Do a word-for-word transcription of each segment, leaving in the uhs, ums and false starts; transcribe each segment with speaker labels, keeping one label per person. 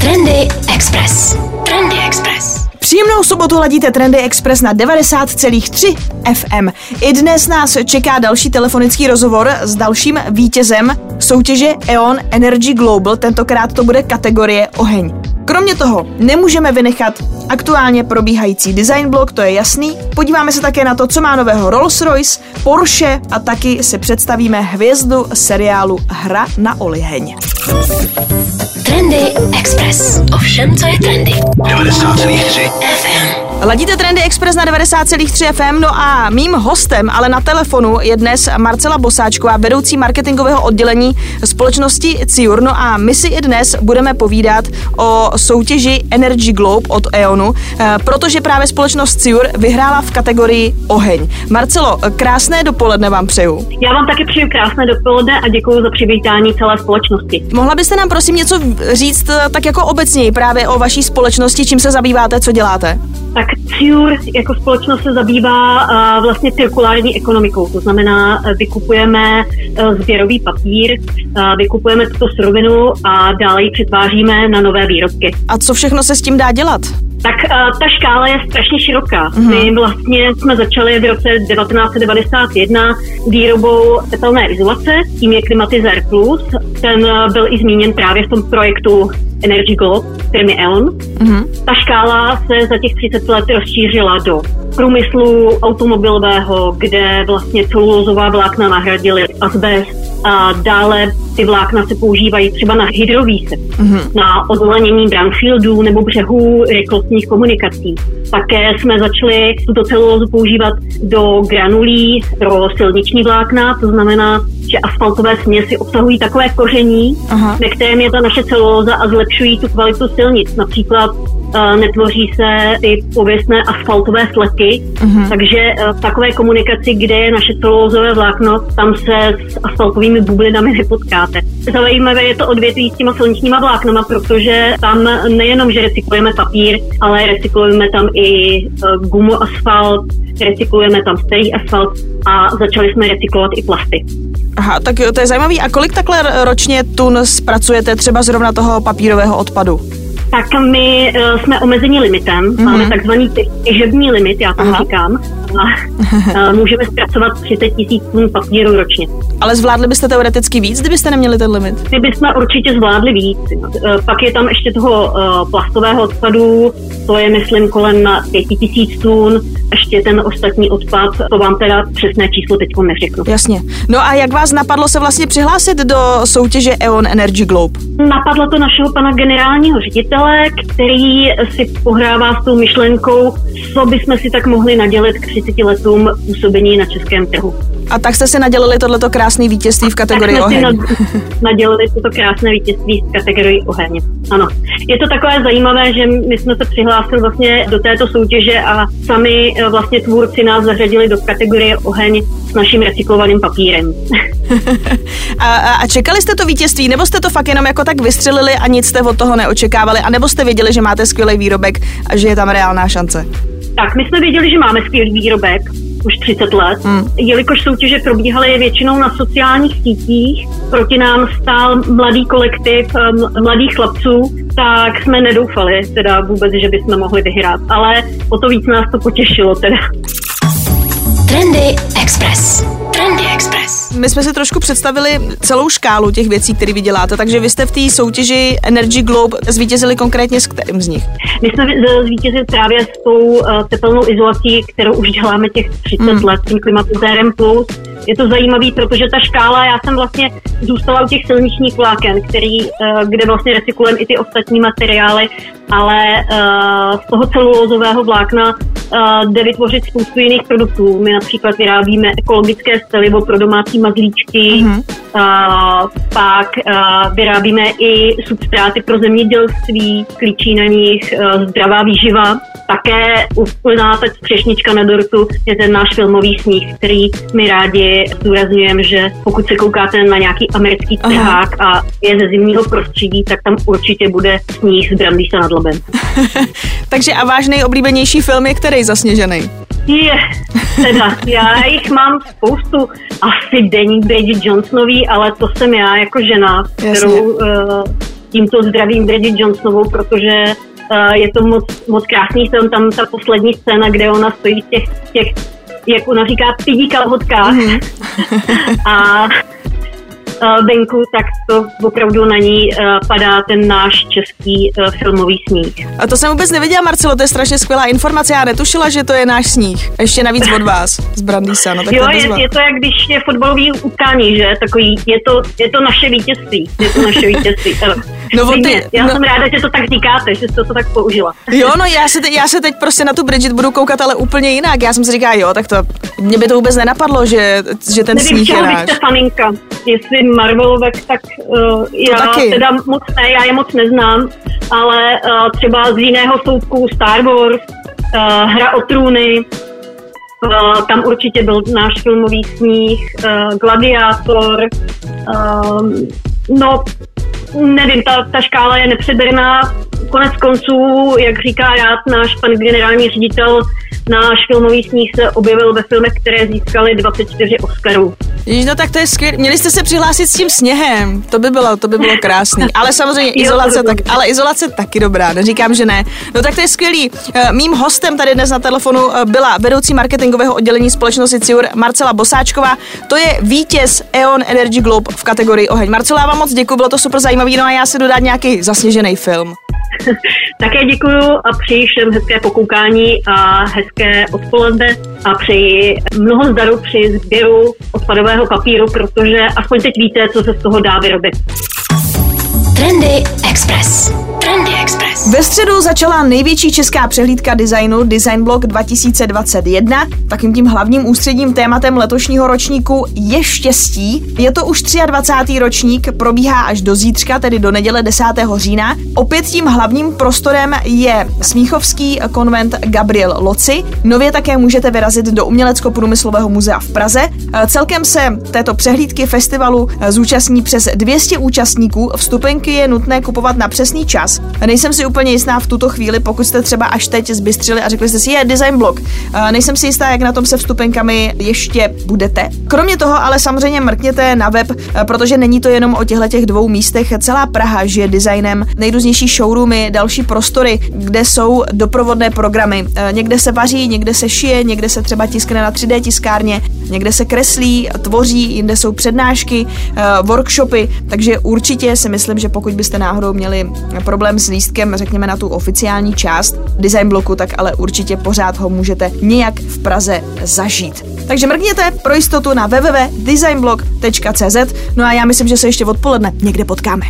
Speaker 1: Trendy Express. Trendy Express.
Speaker 2: Příjemnou sobotu ladíte Trendy Express na devadesát celá tři F M. I dnes nás čeká další telefonický rozhovor s dalším vítězem soutěže E O N Energy Global, tentokrát to bude kategorie oheň. Kromě toho nemůžeme vynechat aktuálně probíhající design blog, to je jasný. Podíváme se také na to, co má nového Rolls-Royce, Porsche a taky si představíme hvězdu seriálu Hra na oliheň.
Speaker 1: Trendy Express. Ovšem, co je trendy.
Speaker 3: devadesát celá tři
Speaker 1: F M.
Speaker 2: Ladíte Trendy Express na devadesát celá tři F M, no a mým hostem, ale na telefonu, je dnes Marcela Bosáčková, vedoucí marketingového oddělení společnosti Ciur. No a my si i dnes budeme povídat o soutěži Energy Globe od E O N u, protože právě společnost Ciur vyhrála v kategorii oheň. Marcelo, krásné dopoledne vám přeju.
Speaker 4: Já vám taky přeju krásné dopoledne a děkuji za přivítání celé společnosti.
Speaker 2: Mohla byste nám prosím něco říct tak jako obecněji právě o vaší společnosti, čím se zabýváte, co děláte?
Speaker 4: Tak Ciur jako společnost se zabývá uh, vlastně cirkulární ekonomikou, to znamená, uh, vykupujeme uh, sběrový papír, uh, vykupujeme tuto surovinu a dále ji přetváříme na nové výrobky.
Speaker 2: A co všechno se s tím dá dělat?
Speaker 4: Tak uh, ta škála je strašně široká. Mm-hmm. My vlastně jsme začali v roce devatenáct set devadesát jedna výrobou tepelné izolace, tím je Klimatizér Plus. Ten uh, byl i zmíněn právě v tom projektu Energy Globe firmy E O N. Mm-hmm. Ta škála se za těch třicet let rozšířila do průmyslu automobilového, kde vlastně celulózová vlákna nahradily azbest a dále ty vlákna se používají třeba na hydrovýsev, mm-hmm. na ozelenění brownfieldů nebo břehů rychlostních komunikací. Také jsme začali tuto celulózu používat do granulí pro silniční vlákna, to znamená, že asfaltové směsi obsahují takové koření, aha. ve kterém je ta naše celulóza a zlepšují tu kvalitu silnic. Například uh, netvoří se ty pověstné asfaltové fleky, uh-huh. takže uh, v takové komunikaci, kde je naše celulózové vlákno, tam se s asfaltovými bublinami nepotkáte. Zajímavé je to odvětví s těma silničníma vláknama, protože tam nejenom, že recyklujeme papír, ale recyklujeme tam i uh, gumu asfalt, recyklujeme tam starý asfalt a začali jsme recyklovat i plasty.
Speaker 2: Aha, tak to je zajímavý. A kolik takhle ročně tun zpracujete třeba zrovna toho papírového odpadu?
Speaker 4: Tak my uh, jsme omezeni limitem, mm-hmm. máme takzvaný těžební limit, já tomu Aha. říkám, a uh, můžeme zpracovat třicet tisíc tun papíru ročně.
Speaker 2: Ale zvládli byste teoreticky víc, kdybyste neměli ten limit?
Speaker 4: Kdybychom určitě zvládli víc. Uh, pak je tam ještě toho uh, plastového odpadu, to je myslím kolem pět tisíc tun, ještě ten ostatní odpad, to vám teda přesné číslo teďko neřeknu.
Speaker 2: Jasně. No a jak vás napadlo se vlastně přihlásit do soutěže E O N Energy Globe?
Speaker 4: Napadlo to našeho pana generálního ředitele, který si pohrává s tou myšlenkou, co bychom si tak mohli nadělit k třiceti letům působení na českém trhu.
Speaker 2: A tak jste si nadělili tohleto krásné vítězství v kategorii
Speaker 4: tak jsme
Speaker 2: oheň.
Speaker 4: Si nadělili toto krásné vítězství v kategorii oheň. Ano. Je to takové zajímavé, že my jsme se přihlásili vlastně do této soutěže a sami vlastně tvůrci nás zařadili do kategorie oheň s naším recyklovaným papírem.
Speaker 2: a, a čekali jste to vítězství, nebo jste to fakt jenom jako tak vystřelili a nic jste od toho neočekávali, a nebo jste věděli, že máte skvělý výrobek a že je tam reálná šance?
Speaker 4: Tak, my jsme věděli, že máme skvělý výrobek už třicet let, hmm. jelikož soutěže probíhaly většinou na sociálních sítích, proti nám stál mladý kolektiv mladých chlapců, tak jsme nedoufali teda vůbec, že bychom mohli vyhrát, ale o to víc nás to potěšilo teda.
Speaker 1: Trendy Express. Trendy Express.
Speaker 2: My jsme si trošku představili celou škálu těch věcí, které vy děláte, takže vy jste v té soutěži Energy Globe zvítězili konkrétně s kterým z nich?
Speaker 4: My jsme zvítězili právě s tou uh, tepelnou izolací, kterou už děláme těch třicet hmm. let, tím Klimatizérem Plus. Je to zajímavý, protože ta škála, já jsem vlastně zůstala u těch silničních vláken, který, uh, kde vlastně recyklujeme i ty ostatní materiály, ale uh, z toho celulózového vlákna uh, jde vytvořit spoustu jiných produktů. My například vyrábíme ekologické stelivo pro domácí mazlíčky, mm-hmm. uh, pak uh, vyrábíme i substráty pro zemědělství, klíčí na nich uh, zdravá výživa. Také úplná ta třešnička na dortu je ten náš filmový sníh, který my rádi zdůrazňujeme, že pokud se koukáte na nějaký americký trhák a je ze zimního prostředí, tak tam určitě bude sníh z Brandýsa nad Labem.
Speaker 2: Takže a váš nejoblíbenější film je který zasněžený?
Speaker 4: Je, teda, já jich mám spoustu, asi Deník Bridget Johnsonový, ale to jsem já jako žena, kterou uh, tímto zdravím Bridget Johnsonovou, protože uh, je to moc, moc krásný film, tam ta poslední scéna, kde ona stojí v těch, těch jak ona říká, pidí kalhotkách mm. a venku, tak to opravdu na ní uh, padá ten náš český uh, filmový sníh.
Speaker 2: A to jsem vůbec nevěděla, Marcelo, to je strašně skvělá informace, já netušila, že to je náš sníh. Ještě navíc od vás, z Brandýsa. No, tak
Speaker 4: jo, je, je to jak když je fotbalový utkání, že? Takový, je to, je to naše vítězství. Je to naše vítězství. No, ty, já no, jsem ráda, že to tak říkáte, že jste to tak použila.
Speaker 2: Jo, no já se, te, já se teď prostě na tu Bridget budu koukat, ale úplně jinak. Já jsem si říkala, jo, tak to, mě by to vůbec nenapadlo, že, že ten
Speaker 4: Nevím,
Speaker 2: sníh je náš.
Speaker 4: Nevím, čeho byste faninka. Jestli Marvelovek, tak uh, já taky. teda moc ne, já je moc neznám, ale uh, třeba z jiného soudku Star Wars, uh, Hra o trůny, uh, tam určitě byl náš filmový sníh, uh, Gladiátor, uh, no nevím, ta, ta škála je nepřeberná. Konec konců, jak říká rád náš pan generální ředitel, náš filmový sníh se objevil ve filmech, které získaly dvacet čtyři Oscarů.
Speaker 2: Ježiš, no tak to je skvělé. Měli jste se přihlásit s tím sněhem. To by bylo, to by bylo krásný. Ale samozřejmě izolace, tak, ale izolace taky dobrá, neříkám, že ne. No tak to je skvělý. Mým hostem tady dnes na telefonu byla vedoucí marketingového oddělení společnosti Ciur Marcela Bosáčková. To je vítěz E O N Energy Globe v kategorii Oheň. Marcela, já vám moc děkuji, bylo to super zajímavý, no a já si jdu dát nějaký zasněžený film.
Speaker 4: Také děkuju a přeji všem hezké pokoukání a hezké odpoledne a přeji mnoho zdaru při sběru odpadového papíru, protože aspoň teď víte, co se z toho dá vyrobit.
Speaker 1: Trendy Express. Trendy Express.
Speaker 2: Ve středu začala největší česká přehlídka designu Design Blog dva tisíce dvacet jedna. Takým tím hlavním ústředním tématem letošního ročníku je štěstí. Je to už dvacátý třetí ročník, probíhá až do zítřka, tedy do neděle desátého října. Opět tím hlavním prostorem je smíchovský konvent Gabriel Loci. Nově také můžete vyrazit do Umělecko-průmyslového muzea v Praze. Celkem se této přehlídky festivalu zúčastní přes dvě stě účastníků. Vstupenky je nutné kupovat na přesný čas. Nejsem si úplně jistá v tuto chvíli, pokud jste třeba až teď zbystřili a řekli jste si, je Design Blog. Nejsem si jistá, jak na tom se vstupenkami ještě budete. Kromě toho ale samozřejmě mrkněte na web, protože není to jenom o těchto těch dvou místech. Celá Praha žije designem, nejrůznější showroomy, další prostory, kde jsou doprovodné programy. Někde se vaří, někde se šije, někde se třeba tiskne na tři dé tiskárně, někde se kreslí, tvoří, jinde jsou přednášky, workshopy, takže určitě si myslím, že pokud byste náhodou měli problém s lístkem, řekněme na tu oficiální část Design Bloku, tak ale určitě pořád ho můžete nějak v Praze zažít. Takže mrkněte pro jistotu na w w w tečka designblog tečka c z. No a já myslím, že se ještě odpoledne někde potkáme.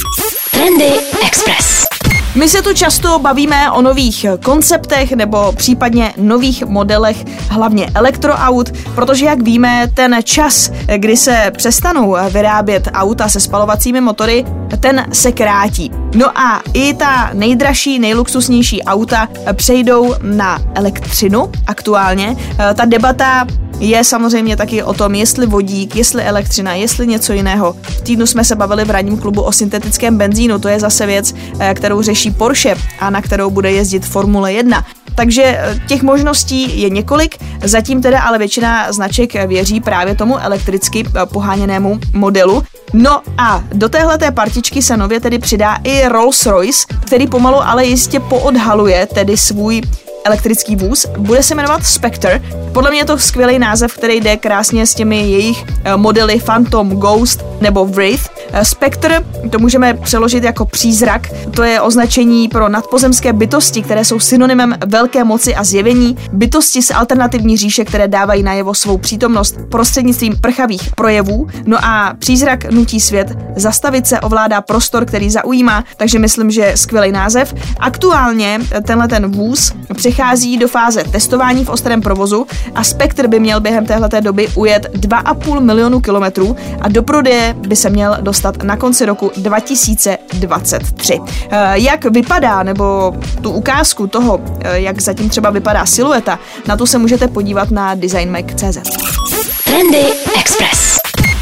Speaker 1: Trendy Express.
Speaker 2: My se tu často bavíme o nových konceptech nebo případně nových modelech, hlavně elektroaut, protože jak víme, ten čas, kdy se přestanou vyrábět auta se spalovacími motory, ten se krátí. No a i ta nejdražší, nejluxusnější auta přejdou na elektřinu aktuálně. Ta debata je samozřejmě taky o tom, jestli vodík, jestli elektřina, jestli něco jiného. V týdnu jsme se bavili v ranním klubu o syntetickém benzínu, to je zase věc, kterou řeší Porsche a na kterou bude jezdit Formule jedna. Takže těch možností je několik, zatím teda ale většina značek věří právě tomu elektricky poháněnému modelu. No a do téhleté partičky se nově tedy přidá i Rolls-Royce, který pomalu ale jistě poodhaluje tedy svůj elektrický vůz, bude se jmenovat Spectre. Podle mě je to skvělý název, který jde krásně s těmi jejich modely Phantom, Ghost nebo Wraith. Spectre to můžeme přeložit jako přízrak, to je označení pro nadpozemské bytosti, které jsou synonymem velké moci a zjevení, bytosti z alternativní říše, které dávají najevo svou přítomnost prostřednictvím prchavých projevů. No a přízrak nutí svět zastavit se, ovládá prostor, který zaujímá, takže myslím, že skvělý název. Aktuálně tenhle ten vůz přechází do fáze testování v ostrém provozu a Spectre by měl během téhleté doby ujet dva a půl milionu kilometrů a do prodeje by se měl dostat na konci roku dva tisíce dvacet tři. Jak vypadá, nebo tu ukázku toho, jak zatím třeba vypadá silueta, na to se můžete podívat na designmag tečka cé zet.
Speaker 1: Trendy Express.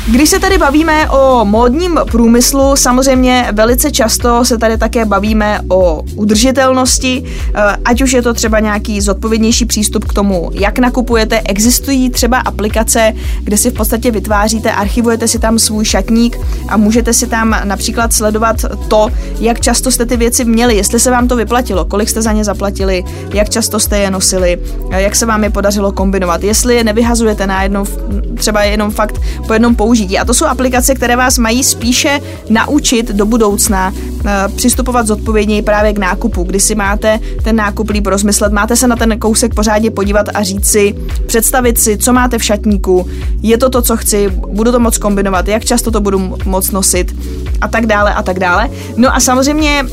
Speaker 2: Když se tady bavíme o módním průmyslu, samozřejmě velice často se tady také bavíme o udržitelnosti, ať už je to třeba nějaký zodpovědnější přístup k tomu, jak nakupujete. Existují třeba aplikace, kde si v podstatě vytváříte, archivujete si tam svůj šatník a můžete si tam například sledovat to, jak často jste ty věci měli, jestli se vám to vyplatilo, kolik jste za ně zaplatili, jak často jste je nosili, jak se vám je podařilo kombinovat, jestli je nevyhazujete na jednou, třeba jenom fakt po jednom použití. A to jsou aplikace, které vás mají spíše naučit do budoucna přistupovat zodpovědněji právě k nákupu, kdy si máte ten nákup líp rozmyslet, máte se na ten kousek pořádně podívat a říct si, představit si, co máte v šatníku, je to to, co chci, budu to moc kombinovat, jak často to budu moc nosit a tak dále a tak dále. No a samozřejmě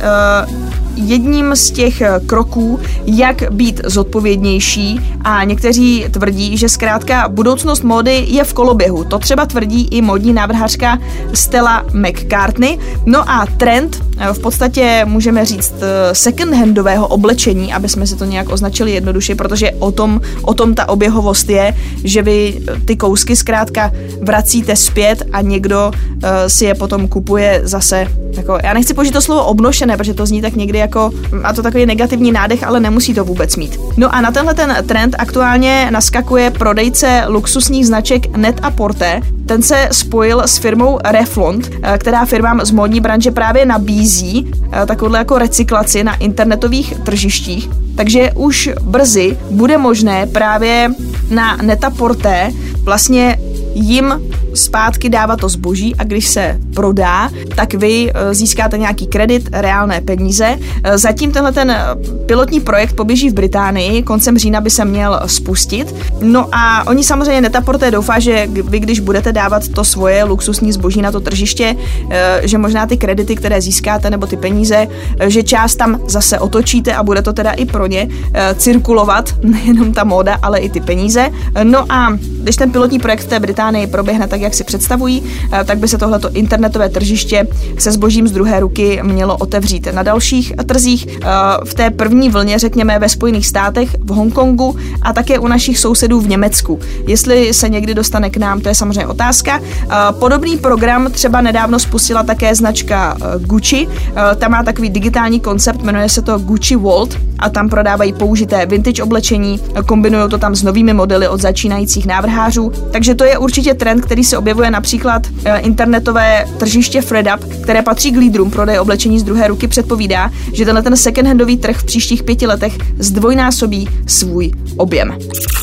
Speaker 2: jedním z těch kroků, jak být zodpovědnější, a někteří tvrdí, že zkrátka budoucnost módy je v koloběhu. To třeba tvrdí i módní návrhářka Stella McCartney. No a trend, v podstatě můžeme říct second-handového oblečení, aby jsme si to nějak označili jednoduše, protože o tom, o tom ta oběhovost je, že vy ty kousky zkrátka vracíte zpět a někdo uh, si je potom kupuje zase, jako, já nechci použít to slovo obnošené, protože to zní tak někdy jako, a to takový negativní nádech, ale nemusí to vůbec mít. No a na tenhle ten trend aktuálně naskakuje prodejce luxusních značek Net-a-Porter. Ten se spojil s firmou Reflont, která firmám z módní branže právě nabízí takovouhle jako recyklaci na internetových tržištích. Takže už brzy bude možné právě na Net-a-Porter vlastně jim zpátky dávat to zboží a když se prodá, tak vy získáte nějaký kredit, reálné peníze. Zatím tenhle ten pilotní projekt poběží v Británii, koncem října by se měl spustit. No a oni samozřejmě Net-a-Porter doufá, že vy, když budete dávat to svoje luxusní zboží na to tržiště, že možná ty kredity, které získáte, nebo ty peníze, že část tam zase otočíte a bude to teda i pro ně cirkulovat, nejenom ta móda, ale i ty peníze. No a když ten pilotní projekt v té Británii proběhne tak, jak si představují, tak by se tohleto internetové tržiště se zbožím z druhé ruky mělo otevřít na dalších trzích. V té první vlně, řekněme, ve Spojených státech, v Hongkongu a také u našich sousedů v Německu. Jestli se někdy dostane k nám, to je samozřejmě otázka. Podobný program třeba nedávno spustila také značka Gucci. Ta má takový digitální koncept, jmenuje se to Gucci Vault a tam prodávají použité vintage oblečení, kombinují to tam s novými modely od začínajících návrhářů. Takže to je určitě trend, který se objevuje například internetové tržiště ThredUp, které patří k lídrům prodeje oblečení z druhé ruky, předpovídá, že tenhle ten second-handový trh v příštích pěti letech zdvojnásobí svůj objem.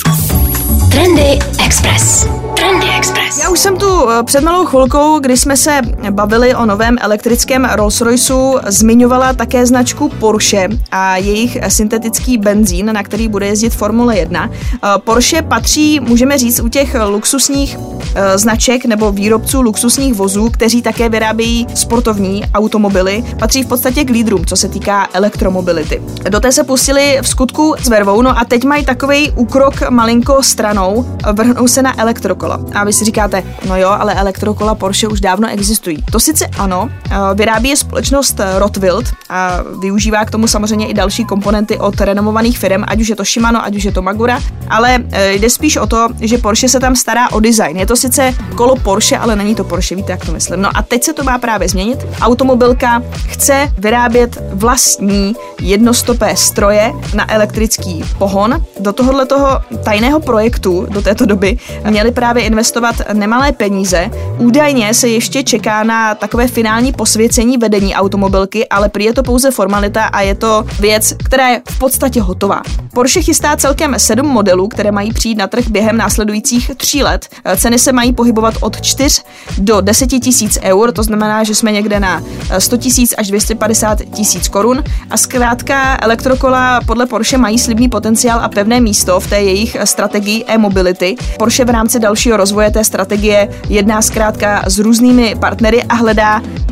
Speaker 1: Trendy Express. Trendy Express.
Speaker 2: Já už jsem tu před malou chvilkou, kdy jsme se bavili o novém elektrickém Rolls-Royceu, zmiňovala také značku Porsche a jejich syntetický benzín, na který bude jezdit Formule jedna. Porsche patří, můžeme říct, u těch luxusních značek nebo výrobců luxusních vozů, kteří také vyrábějí sportovní automobily, patří v podstatě k lídrům, co se týká elektromobility. Do té se pustili v skutku s vervou, no a teď mají takovej úkrok malinko stranou, vrhnou se na elektrokola. A vy si říkáte, no jo, ale elektrokola Porsche už dávno existují. To sice ano, vyrábí je společnost Rotwild a využívá k tomu samozřejmě i další komponenty od renomovaných firm, ať už je to Shimano, ať už je to Magura, ale jde spíš o to, že Porsche se tam stará o design. Je to sice kolo Porsche, ale není to Porsche, víte, jak to myslím. No a teď se to má právě změnit. Automobilka chce vyrábět vlastní jednostopé stroje na elektrický pohon. Do tohohle toho tajného projektu do této doby měli právě investovat nemalé peníze. Údajně se ještě čeká na takové finální posvěcení vedení automobilky, ale prý je to pouze formalita a je to věc, která je v podstatě hotová. Porsche chystá celkem sedm modelů, které mají přijít na trh během následujících tří let. Ceny se mají pohybovat od čtyř do deseti tisíc eur, to znamená, že jsme někde na sto tisíc až dvě stě padesát tisíc korun. A zkrátka elektrokola podle Porsche mají slibný potenciál a pevné místo v té jejich strategii e-mobility. Porsche v rámci dalšího rozvoje té strategie jedná zkrátka s různými partnery a hledá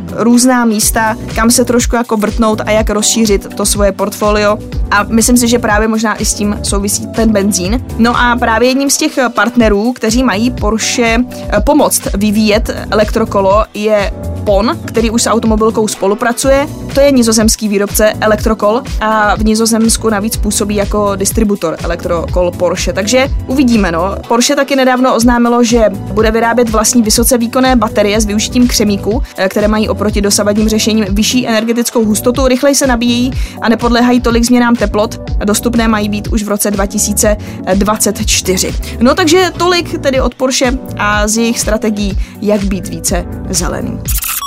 Speaker 2: různá místa, kam se trošku jako vrtnout a jak rozšířit to svoje portfolio. A myslím si, že právě možná i s tím souvisí ten benzín. No a právě jedním z těch partnerů, kteří mají Porsche pomoct vyvíjet elektrokolo, je P O N, který už s automobilkou spolupracuje. To je nizozemský výrobce elektrokol a v Nizozemsku navíc působí jako distributor elektrokol Porsche. Takže uvidíme, no. Porsche taky nedávno oznámilo, že bude vyrábět vlastní vysoce výkonné baterie s využitím křemíku, které mají oproti dosavadním řešením vyšší energetickou hustotu, rychleji se nabíjejí a nepodléhají tolik změnám teplot. Dostupné mají být už v roce dva tisíce dvacet čtyři. No takže tolik tedy od Porsche a z jejich strategií, jak být více zelený.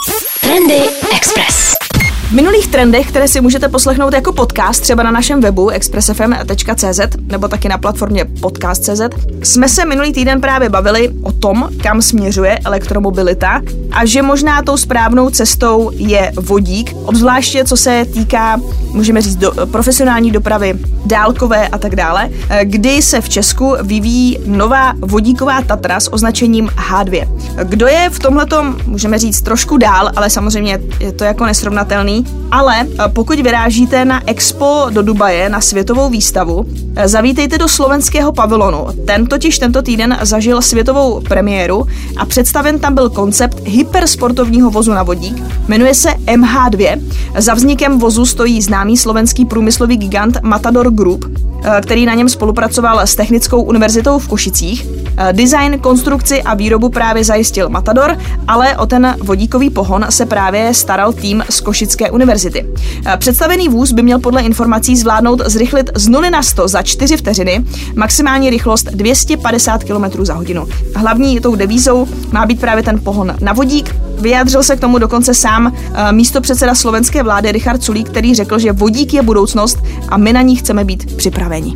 Speaker 1: Trendy Express.
Speaker 2: V minulých trendech, které si můžete poslechnout jako podcast, třeba na našem webu express f m tečka c z nebo taky na platformě podcast tečka c z, jsme se minulý týden právě bavili o tom, kam směřuje elektromobilita a že možná tou správnou cestou je vodík, obzvláště co se týká, můžeme říct, do, profesionální dopravy, dálkové a tak dále, kdy se v Česku vyvíjí nová vodíková Tatra s označením H dva. Kdo je v tomhletom, můžeme říct, trošku dál, ale samozřejmě je to jako nesrovnatelný, ale pokud vyrážíte na Expo do Dubaje na světovou výstavu, zavítejte do slovenského pavilonu. Ten totiž tento týden zažil světovou premiéru a představen tam byl koncept hypersportovního vozu na vodík. Jmenuje se M H dva. Za vznikem vozu stojí známý slovenský průmyslový gigant Matador Group, který na něm spolupracoval s Technickou univerzitou v Košicích. Design, konstrukci a výrobu právě zajistil Matador, ale o ten vodíkový pohon se právě staral tým z Košické univerzity. Představený vůz by měl podle informací zvládnout zrychlit z nuly na sto za čtyři vteřiny, maximální rychlost dvě stě padesát kilometrů za hodinu. Hlavní tou devízou má být právě ten pohon na vodík. Vyjádřil se k tomu dokonce sám místopředseda slovenské vlády Richard Sulík, který řekl, že vodík je budoucnost a my na ní chceme být připraveni.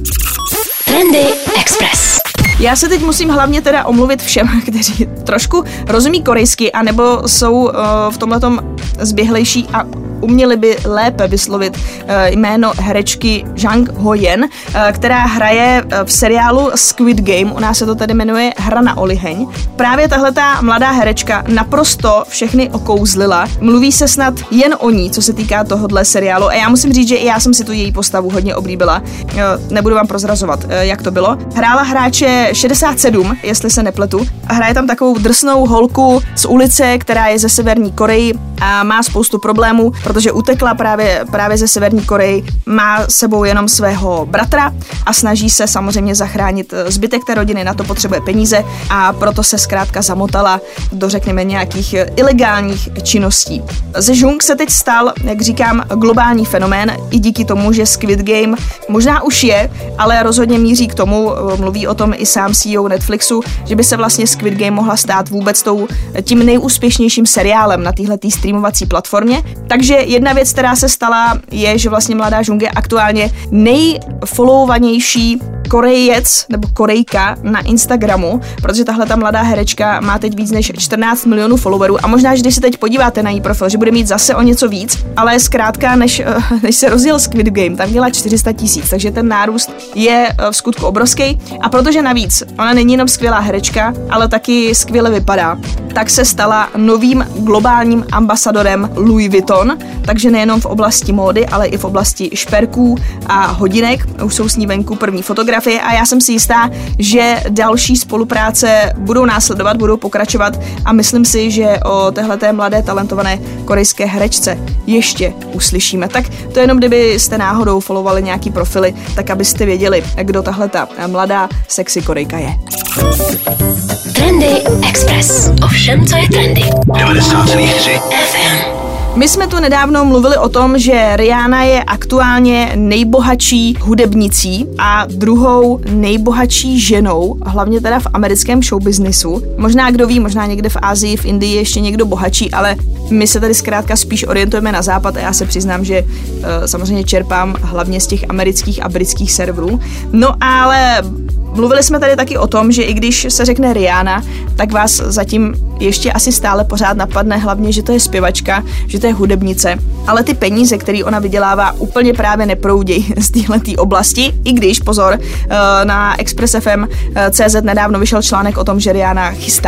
Speaker 1: Trendy Express.
Speaker 2: Já se teď musím hlavně teda omluvit všem, kteří trošku rozumí korejsky anebo jsou uh, v tomhletom zběhlejší a uměli by lépe vyslovit uh, jméno herečky Jang Ho-jen, uh, která hraje uh, v seriálu Squid Game, u nás se to tedy jmenuje Hra na oliheň. Právě tahleta mladá herečka naprosto všechny okouzlila. Mluví se snad jen o ní, co se týká tohohle seriálu a já musím říct, že i já jsem si tu její postavu hodně oblíbila. Uh, nebudu vám prozrazovat, uh, jak to bylo. Hrála hráče šedesát sedm, jestli se nepletu. A hraje tam takovou drsnou holku z ulice, která je ze Severní Koreji a má spoustu problémů, protože utekla právě, právě ze Severní Koreji, má sebou jenom svého bratra a snaží se samozřejmě zachránit zbytek té rodiny, na to potřebuje peníze a proto se zkrátka zamotala do, řekněme, nějakých ilegálních činností. Ze Jung se teď stal, jak říkám, globální fenomén i díky tomu, že Squid Game možná už je, ale rozhodně míří k tomu, mluví o tom i sám C E O Netflixu, že by se vlastně Squid Game mohla stát vůbec tou, tím nejúspěšnějším seriálem na téhletý streamovací platformě. Takže jedna věc, která se stala, je, že vlastně mladá Jung je aktuálně nejfollowovanější Korejec nebo Korejka na Instagramu, protože tahle ta mladá herečka má teď víc než čtrnáct milionů followerů a možná, že když se teď podíváte na její profil, že bude mít zase o něco víc, ale zkrátka, než, než se rozjel Squid Game, tak měla čtyři sta tisíc, takže ten nárůst je v skutku obrovský a protože navíc ona není jenom skvělá herečka, ale taky skvěle vypadá, tak se stala novým globálním ambasadorem Louis Vuitton, takže nejenom v oblasti módy, ale i v oblasti šperků a hodinek. Už jsou s ní venku první fotografie a já jsem si jistá, že další spolupráce budou následovat, budou pokračovat a myslím si, že o téhleté mladé talentované korejské herečce ještě uslyšíme. Tak to jenom, kdybyste náhodou followovali nějaký profily, tak abyste věděli, kdo tahleta mladá sexy Korejka je.
Speaker 1: Trendy Express. Ovšem, co je trendy. devadesát celá tři F M.
Speaker 2: My jsme tu nedávno mluvili o tom, že Rihanna je aktuálně nejbohatší hudebnicí a druhou nejbohatší ženou, hlavně teda v americkém showbiznisu. Možná kdo ví, možná někde v Asii, v Indii ještě někdo bohatší, ale my se tady zkrátka spíš orientujeme na západ a já se přiznám, že uh, samozřejmě čerpám hlavně z těch amerických a britských serverů. No ale mluvili jsme tady taky o tom, že i když se řekne Rihanna, tak vás zatím ještě asi stále pořád napadne hlavně, že to je zpěvačka, že to je hudebnice, ale ty peníze, které ona vydělává, úplně právě neproudí z téhletý oblasti, i když, pozor, na Express F M tečka cé zet nedávno vyšel článek o tom, že Rihanna chystá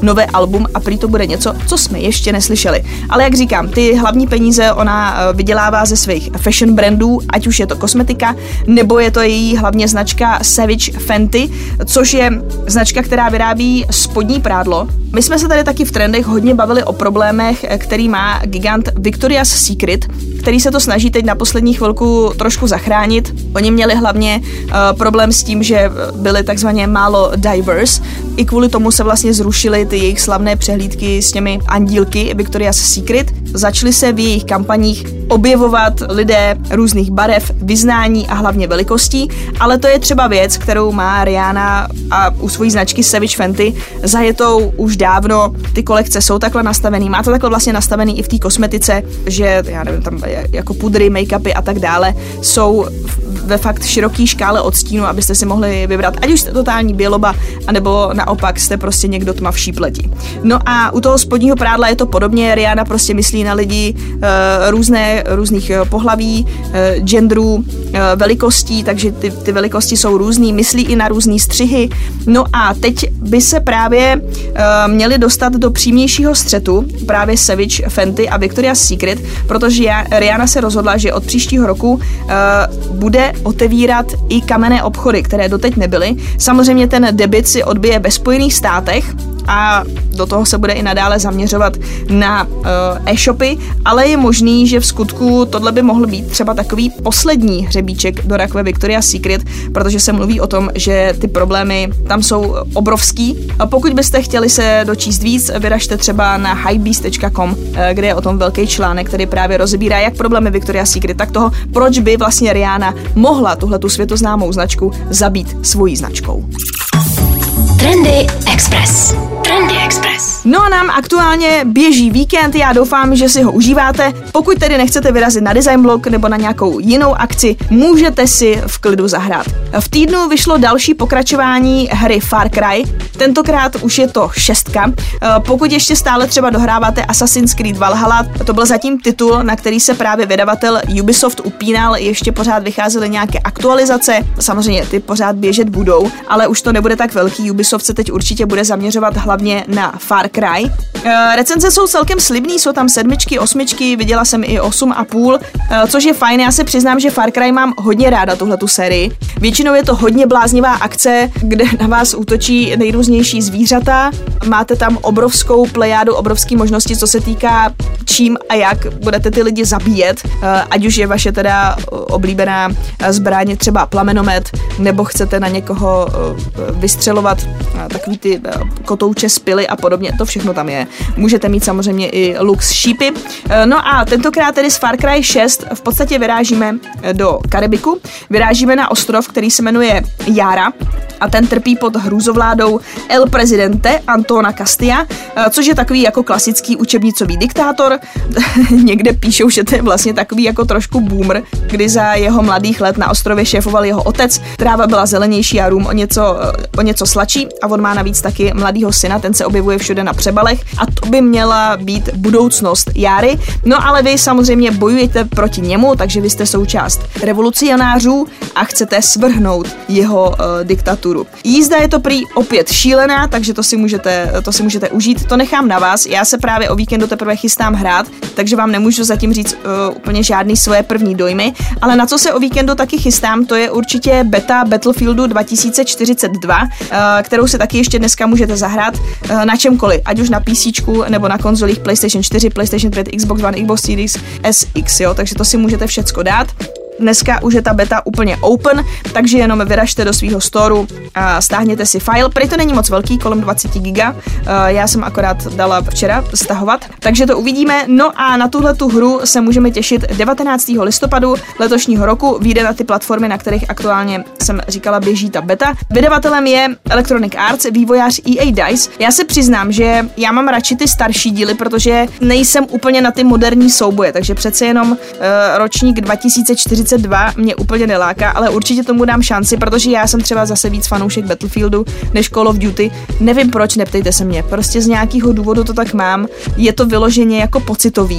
Speaker 2: nové album a prý to bude něco, co jsme ještě neslyšeli. Ale jak říkám, ty hlavní peníze ona vydělává ze svých fashion brandů, ať už je to kosmetika, nebo je to její hlavně značka Savage Fenty, což je značka, která vyrábí spodní prádlo. My jsme se tady taky v trendech hodně bavili o problémech, který má gigant Victoria's Secret, který se to snaží teď na poslední chvilku trošku zachránit. Oni měli hlavně uh, problém s tím, že byli takzvaně málo diverse. I kvůli tomu se vlastně zrušily ty jejich slavné přehlídky s těmi andílky Victoria's Secret. Začaly se v jejich kampaních objevovat lidé různých barev, vyznání a hlavně velikostí, ale to je třeba věc, kterou má Rihanna a u svojí značky Savage Fenty zajetou už dávno. Ty kolekce jsou takhle nastavený, má to takhle vlastně nastavený i v té kosmetice, že já nevím, tam jako pudry, make-upy a tak dále jsou ve fakt široký škále odstínu, abyste si mohli vybrat, ať už jste totální běloba, anebo naopak jste prostě někdo tmavší pleti. No a u toho spodního prádla je to podobně, Rihanna prostě myslí na lidi uh, různé, různých pohlaví, uh, genderů, uh, velikostí, takže ty, ty velikosti jsou různý, myslí i na různý střihy. No a teď by se právě uh, měli dostat do přímějšího střetu právě Savage Fenty a Victoria's Secret, protože Rihanna se rozhodla, že od příštího roku uh, bude otevírat i kamenné obchody, které doteď nebyly. Samozřejmě ten debit si odbije ve Spojených státech a do toho se bude i nadále zaměřovat na uh, e-shopy, ale je možný, že v skutku tohle by mohl být třeba takový poslední hřebíček do rakve Victoria's Secret, protože se mluví o tom, že ty problémy tam jsou obrovský. A pokud byste chtěli se dočíst víc, vyražte třeba na hypebeast tečka com, kde je o tom velký článek, který právě rozebírá jak problémy Victoria's Secret, tak toho, proč by vlastně Rihanna mohla tuhletu světoznámou značku zabít svojí značkou.
Speaker 1: Trendy Express. Trendy Express.
Speaker 2: No a nám aktuálně běží víkend, já doufám, že si ho užíváte. Pokud tedy nechcete vyrazit na Design Blog nebo na nějakou jinou akci, můžete si v klidu zahrát. V týdnu vyšlo další pokračování hry Far Cry, tentokrát už je to šestka. Pokud ještě stále třeba dohráváte Assassin's Creed Valhalla, to byl zatím titul, na který se právě vydavatel Ubisoft upínal, ještě pořád vycházely nějaké aktualizace, samozřejmě ty pořád běžet budou, ale už to nebude tak velký, Ubisoft se teď určitě bude zaměřovat hlavně na Far Cry. E, recenze jsou celkem slibný, jsou tam sedmičky, osmičky, viděla jsem i osm a půl, e, což je fajn, já se přiznám, že Far Cry mám hodně ráda tuhletu sérii. Většinou je to hodně bláznivá akce, kde na vás útočí nejrůznější zvířata, máte tam obrovskou plejádu, obrovský možnosti, co se týká čím a jak budete ty lidi zabíjet, e, ať už je vaše teda oblíbená zbraň třeba plamenomet, nebo chcete na někoho e, vystřelovat e, takový ty e, kotouče z pily a podobně, to všechno tam je. Můžete mít samozřejmě i luk z šípy. No a tentokrát tedy z Far Cry šest v podstatě vyrážíme do Karibiku, vyrážíme na ostrov, který se jmenuje Yara a ten trpí pod hrůzovládou El Presidente Antona Castilla, což je takový jako klasický učebnicový diktátor. Někde píšou, že to je vlastně takový jako trošku boomer, kdy za jeho mladých let na ostrově šéfoval jeho otec, tráva byla zelenější a rum o něco, o něco sladší a on má navíc taky mladýho syna, ten se objevuje všude na přebalech a to by měla být budoucnost Járy. No ale vy samozřejmě bojujete proti němu, takže vy jste součást revolucionářů a chcete svrhnout jeho uh, diktaturu. Jízda je to prý opět šílená, takže to si můžete, to si můžete užít, to nechám na vás. Já se právě o víkendu teprve chystám hrát, takže vám nemůžu zatím říct uh, úplně žádný svoje první dojmy, ale na co se o víkendu taky chystám, to je určitě beta Battlefieldu dva tisíce čtyřicet dva, uh, kterou si taky ještě dneska můžete zahrát uh, na čemkoliv, ať už na PCčku nebo na konzolích PlayStation čtyři, PlayStation pět, Xbox One, Xbox Series S X, jo, takže to si můžete všecko dát. Dneska už je ta beta úplně open, takže jenom vyražte do svého storu a stáhněte si file. Prý to není moc velký, kolem dvacet giga. Já jsem akorát dala včera stahovat, takže to uvidíme. No a na tuhle tu hru se můžeme těšit devatenáctého listopadu letošního roku. Vyjde na ty platformy, na kterých aktuálně jsem říkala běží ta beta. Vydavatelem je Electronic Arts, vývojář E A Dice. Já se přiznám, že já mám radši ty starší díly, protože nejsem úplně na ty moderní souboje, takže přece jenom uh, ročník dva tisíce čtyřicet dva mě úplně neláká, ale určitě tomu dám šanci, protože já jsem třeba zase víc fanoušek Battlefieldu než Call of Duty. Nevím proč, neptejte se mě, prostě z nějakého důvodu to tak mám. Je to vyloženě jako pocitový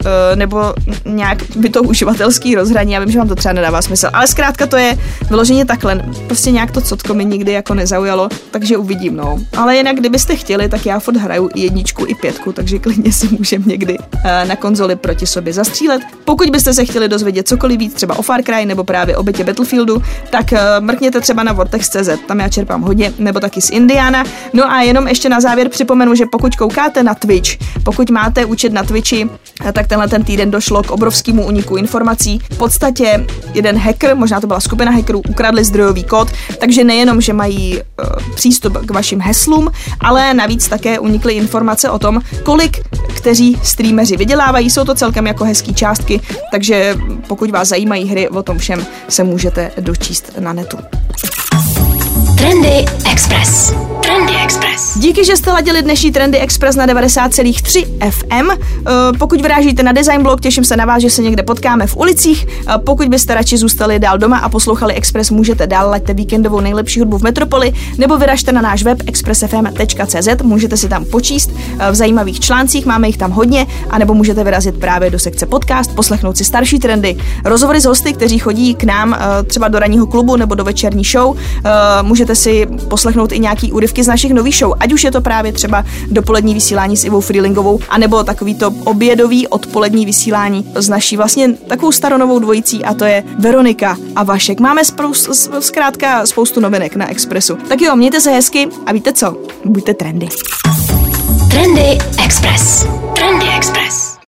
Speaker 2: nebo nějak by to uživatelský rozhraní. Já vím, že vám to třeba nedává smysl, ale zkrátka to je vyloženě takhle. Prostě nějak to cotko mi nikdy jako nezaujalo, takže uvidím, no. Ale jinak, kdybyste chtěli, tak já furt hraju i jedničku, i pětku, takže klidně si můžeme někdy na konzoli proti sobě zastřílet. Pokud byste se chtěli dozvědět cokoliv víc, třeba o Far Cry nebo právě o bytě Battlefieldu, tak mrkněte třeba na vortex tečka cé zet, tam já čerpám hodně, nebo taky z Indiana. No a jenom ještě na závěr připomenu, že pokud koukáte na Twitch, pokud máte účet na Twitchi, tak tenhle ten týden došlo k obrovskému úniku informací. V podstatě jeden hacker, možná to byla skupina hackerů, ukradli zdrojový kód, takže nejenom, že mají uh, přístup k vašim heslům, ale navíc také unikly informace o tom, kolik kteří streameři vydělávají. Jsou to celkem jako hezký částky, takže pokud vás zajímají hry, o tom všem se můžete dočíst na netu.
Speaker 1: Trendy Express. Trendy Express.
Speaker 2: Díky, že jste ladili dnešní Trendy Express na devadesát celá tři ef em. Pokud vyrážíte na Design Blog, těším se na vás, že se někde potkáme v ulicích. Pokud byste radši zůstali dál doma a poslouchali Express, můžete dál laďte víkendovou nejlepší hudbu v metropoli, nebo vyražte na náš web express f m tečka c z, můžete si tam počíst v zajímavých článcích, máme jich tam hodně, anebo můžete vyrazit právě do sekce podcast, poslechnout si starší trendy, rozhovory s hosty, kteří chodí k nám třeba do ranního klubu nebo do večerní show. Můžete si poslechnout i nějaký úryvky z našich nových show, ať už je to právě třeba dopolední vysílání s Ivou Freelingovou, anebo takový to obědový odpolední vysílání s naší vlastně takovou staronovou dvojicí, a to je Veronika a Vašek. Máme spoustu, zkrátka spoustu novinek na Expressu. Tak jo, mějte se hezky a víte co? Buďte trendy.
Speaker 1: Trendy Express. Trendy Express.